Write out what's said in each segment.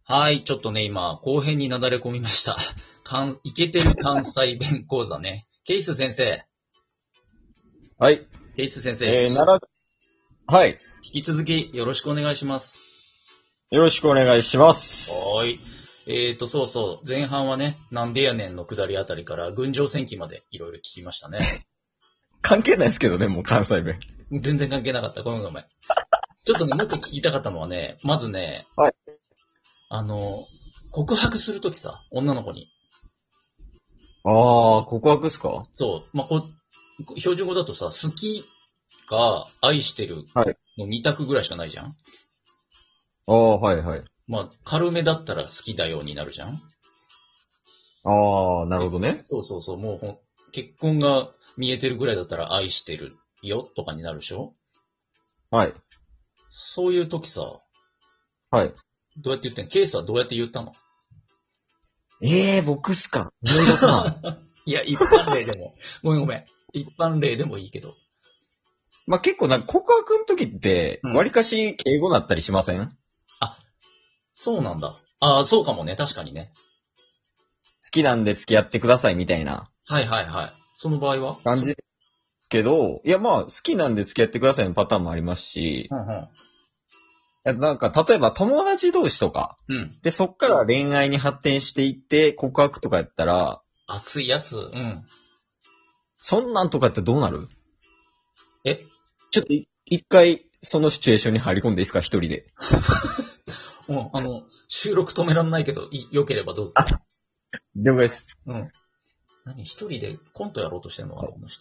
はい、ちょっとね、今、後編になだれ込みました。イケてる関西弁講座ね。ケイス先生。 はい。 ケイス先生。 はい。 引き続きよろしくお願いします。 よろしくお願いします。 はーい。そうそう。前半はね、なんでやねんの下りあたりから群青戦記までいろいろ聞きましたね。 関係ないですけどね、もう関西弁。 全然関係なかった。ごめんごめん。ちょっとね、もっと聞きたかったのはね、まずね、 はい。 告白するときさ、女の子に。 ああ、告白っすか？ そう。まあ、標準語だとさ、好きか愛してるはい。 の2択ぐらいしかないじゃん。 ああ、はいはい。 まあ、軽めだったら好きだよになるじゃん。 ああ、なるほどね。 そうそうそう。もう結婚が見えてるぐらいだったら愛してるよとかになるでしょ。 はい。 そういう時さ、 はい。 どうやって言ってんの？ケースはどうやって言ったの？ 僕っすか？思い出すな。 いや、一般例でも。ごめんごめん。一般例でもいいけど。 まあ、結構告白の時って、 うん。 割かし敬語だったりしません？好あ、そうなんだ。ああ、そうかもね。確かにね。 きなんで付き合ってくださいみたいなはいはいはい。その場合は感じですけど、いやまあ、好きなんで付き合ってくださいのパターンもありますし、 うんうん。 例えば友達同士とか、 うん。 で、そっから恋愛に発展していって告白とかやったら、 熱いやつ。うん。 そんなんとかってどうなる？ え、 ちょっと一回、そのシチュエーションに入り込んでいいですか、一人で。 うん、収録止めらんないけど、良ければどうぞ。 了解です。 うん。何一人でコントやろうとしてんのかな、この人。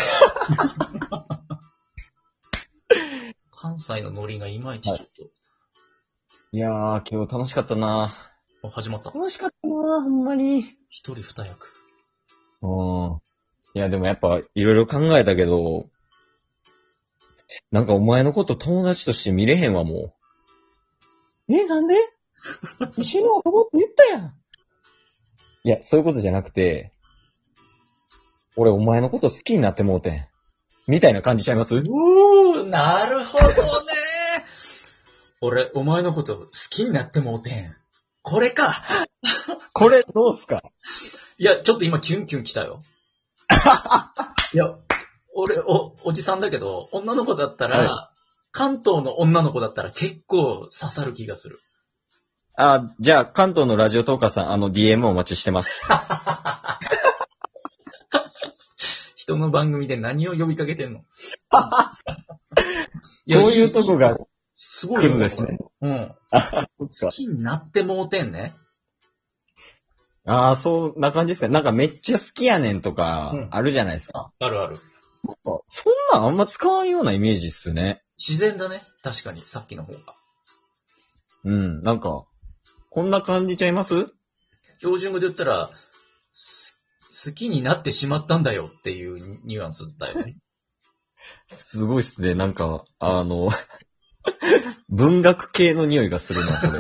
関西のノリがいまいちちょっいやー、今日楽しかったな。 と、始まった。 楽しかったな、ほんまに。 一人二役。 うん。いや、でもやっぱ、いろいろ考えたけど、なんかお前のこと友達として見れへんわ、もう。なんで一緒に遊ぼうって言ったやん。いや、そういうことじゃなくて、俺お前のこと好きになってもうてん。みたいな感じちゃいます？ なるほどね。俺、お前のこと好きになってもうてん。これか。 これどうすか？ いや、ちょっと今キュンキュン来たよ。いや、俺、おじさんだけど、女の子だったら、 は関東の女の子だったら結構刺さる気がする。 じゃあ、関東のラジオトーカーさん、DM お待ちしてます。 人の番組で何を呼びかけてんの？ こういうとこがすごいよクズですね。 うん。 そうっすか。 好きになってもうてんね。 そんな感じですか。なんかめっちゃ好きやねんとか、あるじゃないですか。 あるある。 そんなんあんま使わんようなイメージっすね。 自然だね。確かに、さっきの方が。 うん、なんか、こんな感じちゃいます？ 標準語で言ったら、好きになってしまったんだよっていうニュアンスだよね。 すごいっすね。なんか、文学系の匂いがするな、それ。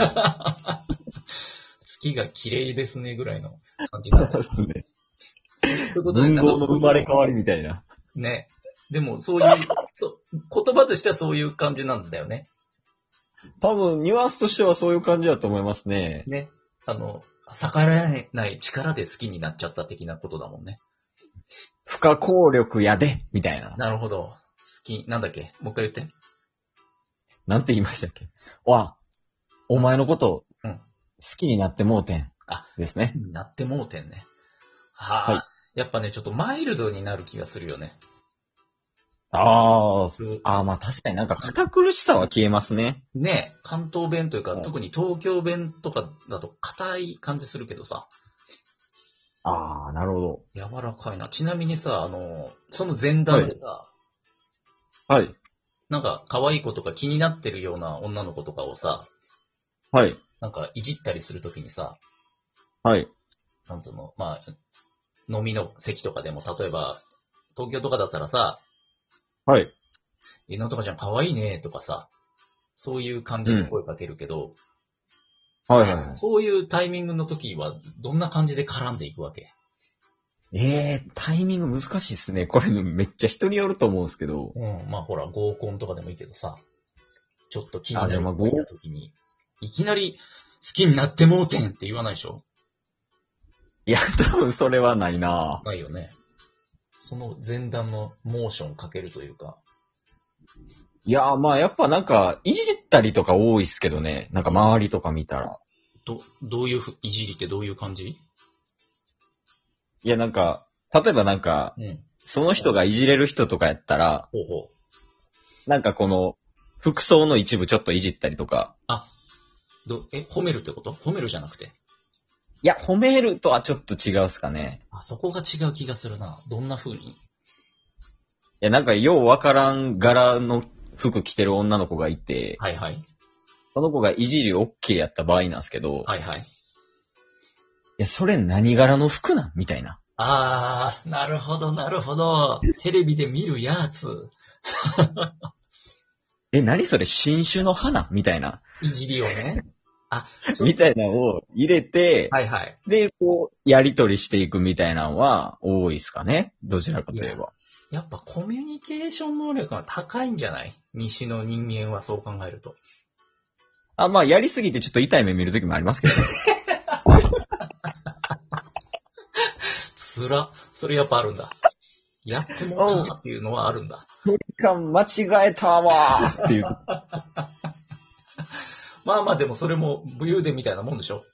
月が綺麗ですねぐらいの感じなんだよ。 そうっすね。 そういうことで、 文豪の生まれ変わりみたいな。 ね。でも、そういう、言葉としてはそういう感じなんだよね。 多分、ニュアンスとしてはそういう感じだと思いますね。 ね。逆らえない力で好きになっちゃった的なことだもんね。 不可抗力やで、みたいな。 なるほど。なんだっけもう一回言って。 なんて言いましたっけ？お前のことうん。 好きになってもうてん。 あ、 ですね。 なってもうてんね。はあ、 はい。 やっぱね、ちょっとマイルドになる気がするよね。 まあ確かになんか堅苦しさは消えますね。 ね関東弁というか、 うん特に東京弁とかだと硬い感じするけどさ、 なるほど。 柔らかいな。ちなみにさ、その前段でさ、 はい。 なんか可愛い子とか気になってるような女の子とかをさ、 はい。 なんかいじったりするときにさ、 はい。 なんつうの、まあ、飲みの席とかでも、例えば、東京とかだったらさ、 はい。 なんとかちゃん可愛いねとかさ、そういう感じで声かけるけど、 はいはい。 そういうタイミングの時は、どんな感じで絡んでいくわけ？ タイミング難しいっすね。これめっちゃ人によると思うんですけど。 うん、まあほら、合コンとかでもいいけどさ、ちょっと気になるでも子がいた時に、いきなりきになってもうてんって言わないでしょ？ いや、多分それはないな。 ないよね。その前段のモーションかけるというか。 いや、まあやっぱなんか、いじったりとか多いっすけどね。なんか周りとか見たら。 どういういじりってどういう感じ？ いや、なんか、例えばなんか、 うん。 その人がいじれる人とかやったら、 ほうほう。 なんかこの、服装の一部ちょっといじったりとか。 あ、褒めるってこと？褒めるじゃなくて。 いや、褒めるとはちょっと違うっすかね。 あ、そこが違う気がするな。どんな風に？ いや、なんかようわからん柄の服着てる女の子がいて、 はいはい。 その子がいじり OK やった場合なんですけど、 はいはい。 いや、それ何柄の服なんみたいな。 あー、なるほどなるほど。テレビで見るやつ。 何それ新種の花みたいな。 いじりをね。あ、 みたいなのを入れて、 はいはい。 で、こう、やりとりしていくみたいなのは多いですかね。どちらかといえば。 やっぱコミュニケーション能力が高いんじゃない？西の人間はそう考えると。 あ、まあ、やりすぎてちょっと痛い目見るときもありますけどね。 それやっぱあるんだ。やってもうたっていうのはあるんだ。 距離感間違えたわーっていう。 まあまあでもそれも武勇伝みたいなもんでしょ。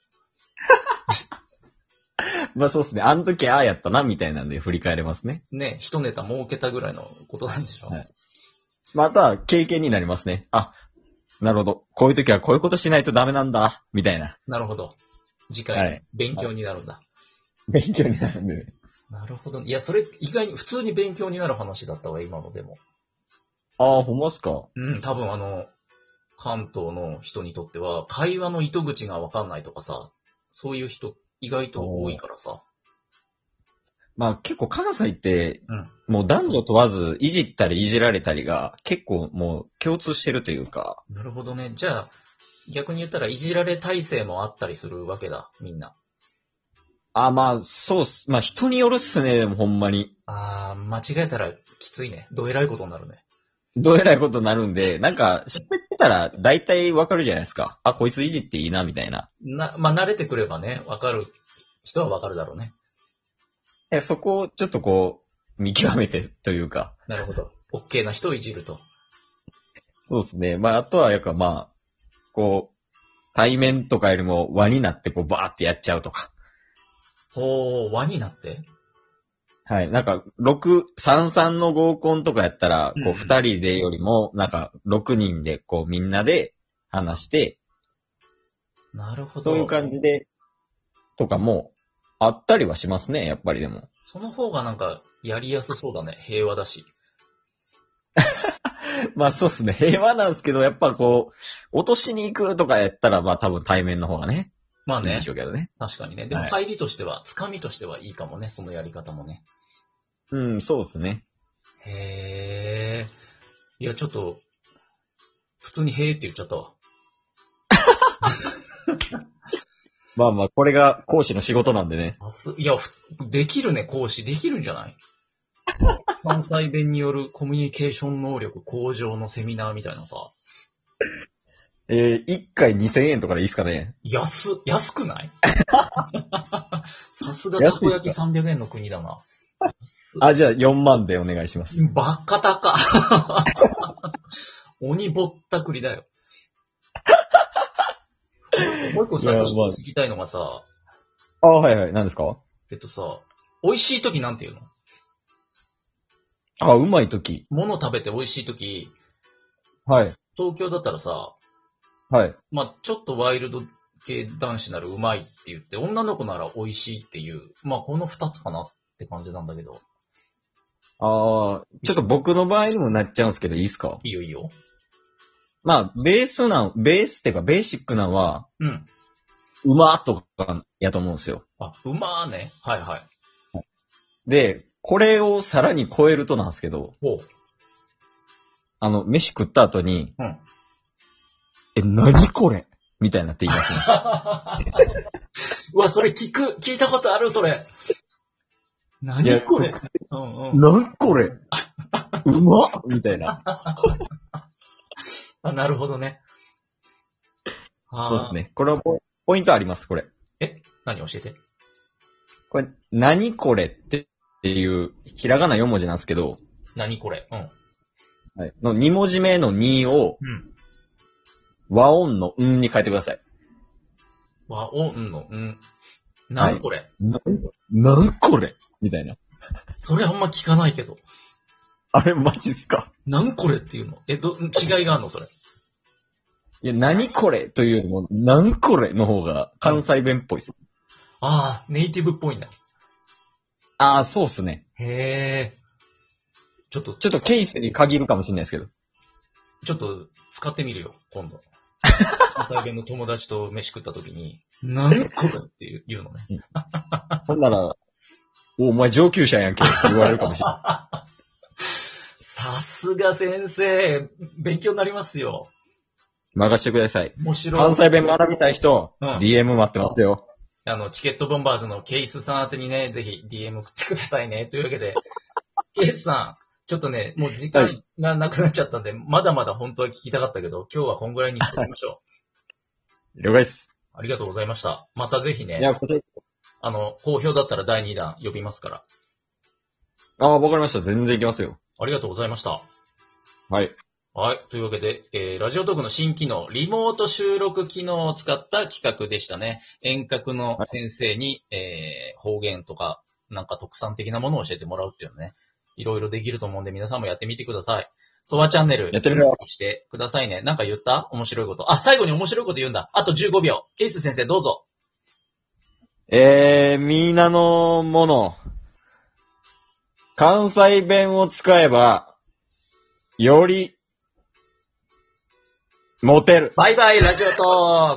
まあそうですね。あの時ああやったな、みたいなんで振り返れますね。 ね、一ネタ儲けたぐらいのことなんでしょ。 はいまた、経験になりますね。あ、なるほど。こういう時はこういうことしないとダメなんだ、みたいな。 なるほど。次回、 はい勉強になるんだ。 勉強になるんでね。 なるほど。いや、それ意外に普通に勉強になる話だったわ、今のでも。 ああ、ほんまっすか。 うん、多分関東の人にとっては、会話の糸口がわかんないとかさ、そういう人意外と多いからさ。 まあ結構関西って、 うん。 もう男女問わず、いじったりいじられたりが結構もう共通してるというか。 なるほどね。じゃあ、逆に言ったらいじられ体制もあったりするわけだ、みんな。 あ、まあ、そうっす。まあ人によるっすね、でもほんまに。 あー、間違えたらきついね。どえらいことになるね。 どうえらいことになるんで、なんか、喋ってたら大体わかるじゃないですか。あ、こいついじっていいな、みたいな。 まあ、慣れてくればね、わかる人はわかるだろうね。 そこをちょっとこう、見極めてというか。 なるほど。OK な人をいじると。 そうですね。まあ、あとは、やっぱまあ、こう、対面とかよりも輪になってこう、バーってやっちゃうとか。 輪になって。 はい。なんか、33の合コンとかやったら、 うんこう、2人でよりも、なんか、6人で、こう、みんなで話して、 なるほど。 そういう感じで、とかも、あったりはしますね、やっぱりでも。 その方がなんか、やりやすそうだね。平和だし。 まあそうですね。平和なんですけど、やっぱこう、落としに行くとかやったら、まあ多分対面の方がね、 まあねいいんでしょ。うけどね。 確かにね。でもはい入りとしては、つかみとしてはいいかもね。そのやり方もね。 うん、そうですね。 へー。いや、ちょっと、普通にへーって言っちゃったわ。 まあまあ、これが講師の仕事なんでね。 いや、できるね、講師。できるんじゃない？関西弁によるコミュニケーション能力向上のセミナーみたいなさ。 1回2000円とかでいいですかね。 安くないさすがたこ焼き300円の国だな。 あ、じゃあ4万でお願いします。 バカ高。鬼ぼったくりだよ。もう一個さ、 いやまあ聞きたいのがさ、 あ、はいはい。何ですか？ さ、美味しい時なんて言うの？ あ、うまいとき。 物食べて美味しい時、 はい。 東京だったらさ、 はい。 まあ、ちょっとワイルド系男子ならうまいって言って、女の子なら美味しいっていう、まあ、この二つかなって感じなんだけど。 ああ、ちょっと僕の場合にもなっちゃうんですけど、いいですか？ いいよいいよ。 まあ、ベースっていうか、ベーシックなんは、 うん。 うまーとかやと思うんですよ。 あ、うまーね。はいはい。 で、これをさらに超えるとなんですけど、 おう。 飯食った後に、 うん。 何これみたいになって言いますね。 うわ、それ聞いたことある、それ。何これ。うんうん。 何これうまっみたいな。 あ、なるほどね。 そうですね。これはもう、 ポイントあります、これ。 何教えて。 これ、何これっていう、ひらがな4文字なんですけど、 何これ。うん。 はい。の2文字目の2を、 うん。 和音のんに変えてください。 和音の、なんこれ。 なんこれみたいな。 それあんま聞かないけど。 あれ、マジっすか？ なんこれっていうの違いがあるのそれ。 いや、何これというよりも、なんこれの方が関西弁っぽいっす。 ああ、ネイティブっぽいんだ。 ああ、そうっすね。 へえ。ちょっとケースに限るかもしれないですけど。 ちょっと使ってみるよ、今度。関西弁の友達と飯食った時に、なんこれって言うのね。 ほんなら、お前上級者やんけって言われるかもしれない。 さすが先生、勉強になりますよ。 任してください。 面白い。 関西弁学びたい人、 うん DM 待ってますよ。 チケットボンバーズのケイスさん宛てにね、ぜひ DM 送ってくださいね。というわけで、ケイスさん、ちょっとね、もう時間がなくなっちゃったんで、まだまだ本当は聞きたかったけど、今日はこんぐらいにしておきましょ了解です。 う。ありがとうございました。またぜひね、 いや、こちら、 好評だったら第2弾呼びますから。 ああ、わかりました。全然いきますよ。 ありがとうございました。 はい。 はい。というわけで、ラジオトークの新機能、リモート収録機能を使った企画でしたね。遠隔の先生に、方言とか、なんか特産的なものを教えてもらうっていうのね。いろいろできると思うんで皆さんもやってみてください。ソワチャンネル、 やってみよう。 してくださいね。なんか言った面白いこと。あ、最後に面白いこと言うんだ。あと15秒。ケイス先生どうぞ。 みんなのもの。関西弁を使えば、より、モテる。 バイバイ、ラジオトーク